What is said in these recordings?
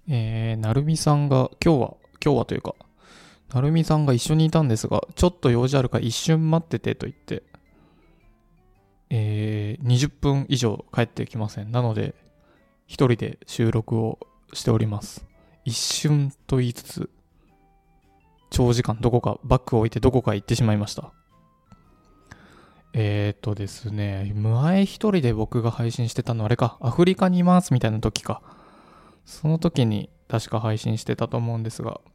なるみさんが、今日はというか、なるみさんが一緒にいたんですが、ちょっと用事あるから一瞬待っててと言って、20分以上帰ってきません。なので、一人で収録をしております。一瞬と言いつつ、長時間どこか、バッグを置いてどこか行ってしまいました。ですね、前一人で僕が配信してたのあれか、アフリカにいますみたいな時か。その時に確か配信してたと思うんですが、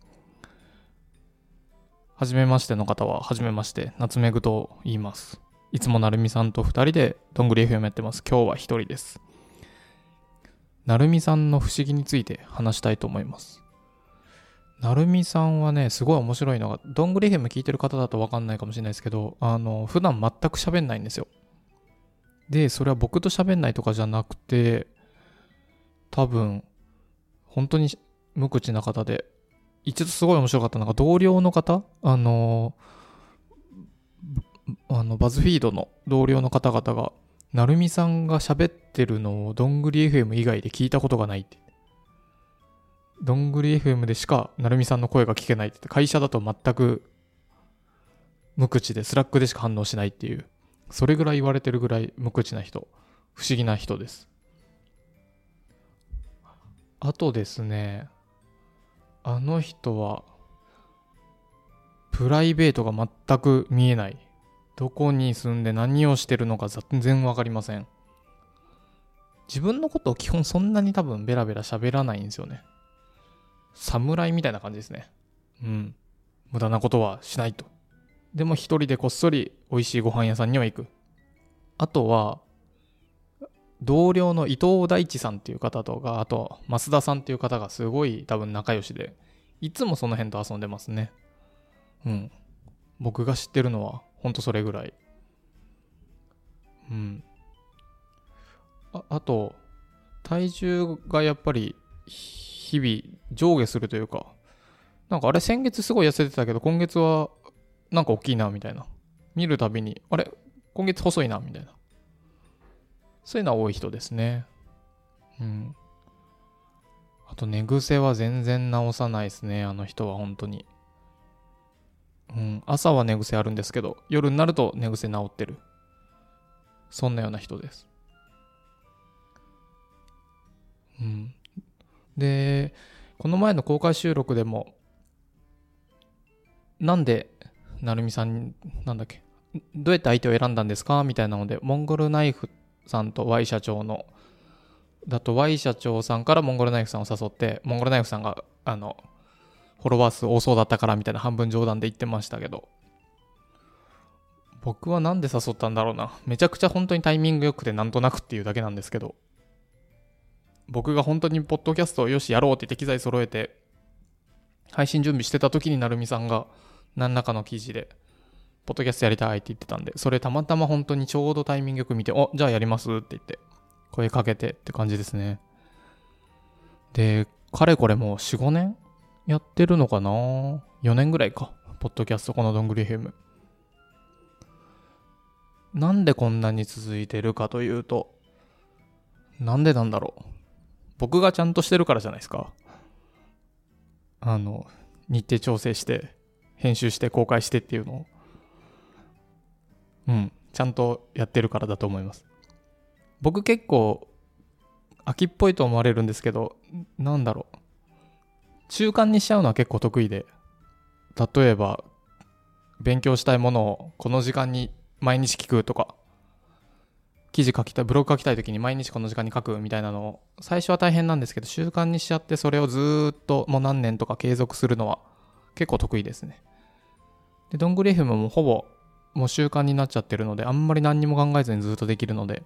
初めましての方は初めまして、夏目ぐと言います。いつもなるみさんと二人でどんぐり FM やってます。今日は一人です。なるみさんの不思議について話したいと思います。なるみさんはね、すごい面白いのが、どんぐり FM 聞いてる方だとわかんないかもしれないですけど、普段全く喋んないんですよ。で、それは僕と喋んないとかじゃなくて、多分、本当に無口な方で、一度すごい面白かったのが同僚の方、バズフィードの同僚の方々が、なるみさんが喋ってるのをどんぐり FM 以外で聞いたことがないって。どんぐり FM でしかなるみさんの声が聞けないって、会社だと全く無口でスラックでしか反応しないっていう、それぐらい言われてるぐらい無口な人、不思議な人です。あとですね、あの人はプライベートが全く見えない。どこに住んで何をしてるのか全然わかりません。自分のことを基本そんなに多分ベラベラ喋らないんですよね。侍みたいな感じですね。うん。無駄なことはしないと。でも一人でこっそり美味しいご飯屋さんには行く。あとは、同僚の伊藤大地さんっていう方とか、あと増田さんっていう方がすごい多分仲良しで、いつもその辺と遊んでますね。うん。僕が知ってるのはほんとそれぐらい。うん。あと、体重がやっぱり日々上下するというか、なんかあれ先月すごい痩せてたけど今月はなんか大きいなみたいな。見るたびに、あれ今月細いなみたいな。そういうのは多い人ですね。うん。あと寝癖は全然直さないですね、あの人は本当に。うん。朝は寝癖あるんですけど、夜になると寝癖直ってる。そんなような人です。うん。で、この前の公開収録でも、なんで、なるみさん、なんだっけ、どうやって相手を選んだんですかみたいなので、モンゴルナイフさんと Y 社長の、Y 社長さんからモンゴルナイフさんを誘って、モンゴルナイフさんが、フォロワー数多そうだったからみたいな半分冗談で言ってましたけど、僕はなんで誘ったんだろうな。めちゃくちゃ本当にタイミング良くてなんとなくっていうだけなんですけど、僕が本当にポッドキャストをよしやろうって言って機材揃えて、配信準備してた時になるみさんが何らかの記事で、ポッドキャストやりたいって言ってたんで、それたまたま本当にちょうどタイミングよく見て、じゃあやりますって言って、声かけてって感じですね。で、かれこれもう4、5年やってるのかな ?4 年ぐらいか。ポッドキャストこのどんぐりヘム。なんでこんなに続いてるかというと、なんでなんだろう。僕がちゃんとしてるからじゃないですか。日程調整して、編集して公開してっていうのを、ちゃんとやってるからだと思います。僕結構、秋っぽいと思われるんですけど、なんだろう。中間にしちゃうのは結構得意で、例えば、勉強したいものをこの時間に毎日聞くとか、記事書きたい、ブログ書きたい時に毎日この時間に書くみたいなのを、最初は大変なんですけど、習慣にしちゃってそれをずーっともう何年とか継続するのは結構得意ですね。で、どんぐり FM もほぼもう習慣になっちゃってるので、あんまり何にも考えずにずっとできるので、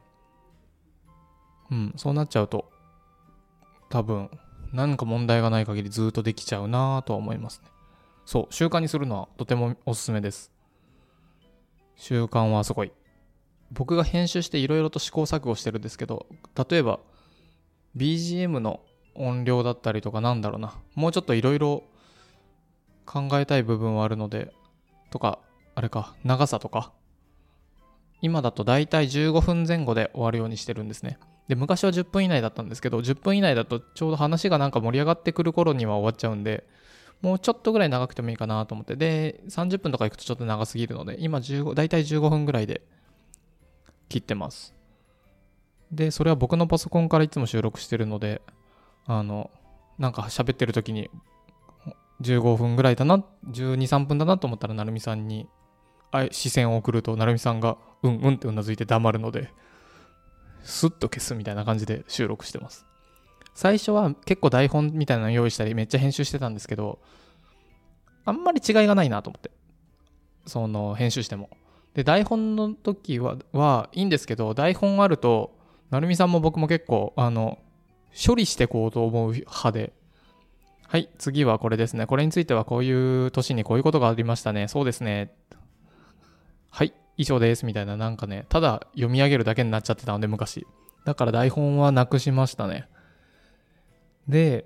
そうなっちゃうと、多分、何か問題がない限りずっとできちゃうなぁとは思いますね。そう、習慣にするのはとてもおすすめです。習慣はすごい。僕が編集していろいろと試行錯誤してるんですけど、例えば BGM の音量だったりとかなんだろうな、もうちょっといろいろ考えたい部分はあるので、とか、あれか、長さとか、今だとだいたい15分前後で終わるようにしてるんですね。 で、昔は10分以内だったんですけど、10分以内だとちょうど話がなんか盛り上がってくる頃には終わっちゃうんで、もうちょっとぐらい長くてもいいかなと思って、で、30分とか行くとちょっと長すぎるので、今だいたい15分ぐらいで切ってます。で、それは僕のパソコンからいつも収録してるので、なんか喋ってる時に15分ぐらいだな、12、3分だなと思ったら、なるみさんに視線を送ると、なるみさんがうんうんってうなずいて黙るので、スッと消すみたいな感じで収録してます。最初は結構台本みたいなの用意したりめっちゃ編集してたんですけど、あんまり違いがないなと思って、その編集しても。で、台本の時はいいんですけど、台本あると、なるみさんも僕も結構、処理してこうと思う派で、はい、次はこれですね。これについてはこういう年にこういうことがありましたね。そうですね。はい、以上です。みたいな、なんかね、ただ読み上げるだけになっちゃってたので、昔。だから台本はなくしましたね。で、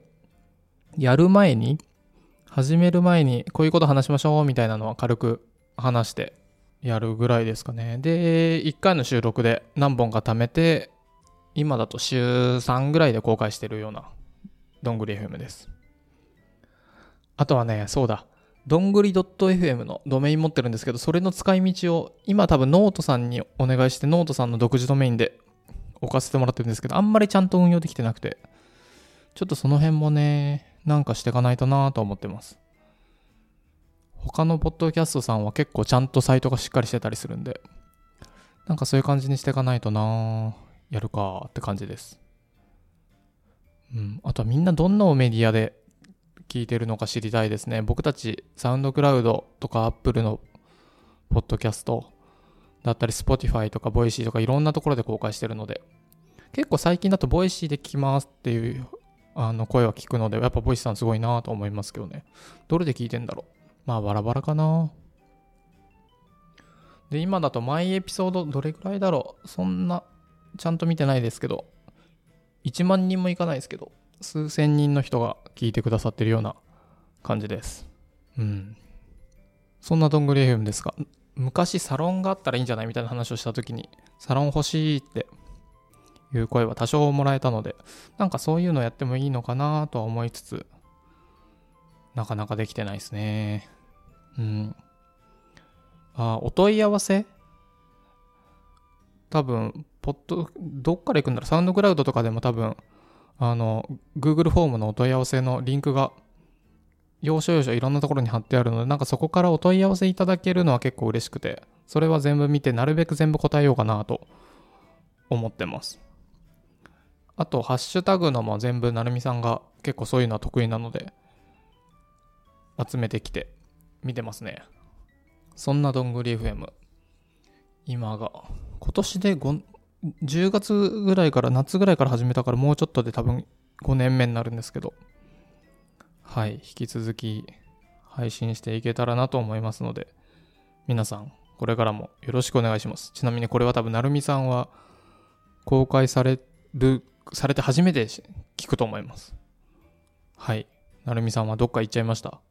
始める前に、こういうこと話しましょうみたいなのは軽く話してやるぐらいですかね。で、1回の収録で何本か貯めて、今だと週3ぐらいで公開してるような、どんぐり FM です。あとはね、そうだ。どんぐり .fm のドメイン持ってるんですけど、それの使い道を今多分ノートさんにお願いして、ノートさんの独自ドメインで置かせてもらってるんですけど、あんまりちゃんと運用できてなくて、ちょっとその辺もね、なんかしていかないとなと思ってます。他のポッドキャストさんは結構ちゃんとサイトがしっかりしてたりするんで、なんかそういう感じにしていかないとなやるかって感じです。あとはみんなどんなメディアで聞いてるのか知りたいですね。僕たちサウンドクラウドとかアップルのポッドキャストだったり Spotify とか Voicy とかいろんなところで公開してるので、結構最近だと Voicy で聞きますっていう声は聞くので、やっぱ Voicy さんすごいなと思いますけどね。どれで聞いてんだろう。まあバラバラかな。で、今だと毎エピソードどれくらいだろう。そんなちゃんと見てないですけど、1万人もいかないですけど、数千人の人が聞いてくださってるような感じです。そんなどんぐり FM ですが、昔サロンがあったらいいんじゃないみたいな話をした時に、サロン欲しいっていう声は多少もらえたので、なんかそういうのやってもいいのかなとは思いつつ、なかなかできてないですね。お問い合わせ多分、どっから行くんだろう。サウンドクラウドとかでも多分、Google フォームのお問い合わせのリンクが要所要所いろんなところに貼ってあるので、なんかそこからお問い合わせいただけるのは結構嬉しくて、それは全部見てなるべく全部答えようかなと思ってます。あとハッシュタグのも全部なるみさんが結構そういうのは得意なので集めてきて見てますね。そんなどんぐり FM、 今年で10月ぐらいから夏ぐらいから始めたから、もうちょっとで多分5年目になるんですけど、はい、引き続き配信していけたらなと思いますので、皆さんこれからもよろしくお願いします。ちなみにこれは多分なるみさんは公開されて初めて聞くと思います。はい、なるみさんはどっか行っちゃいました。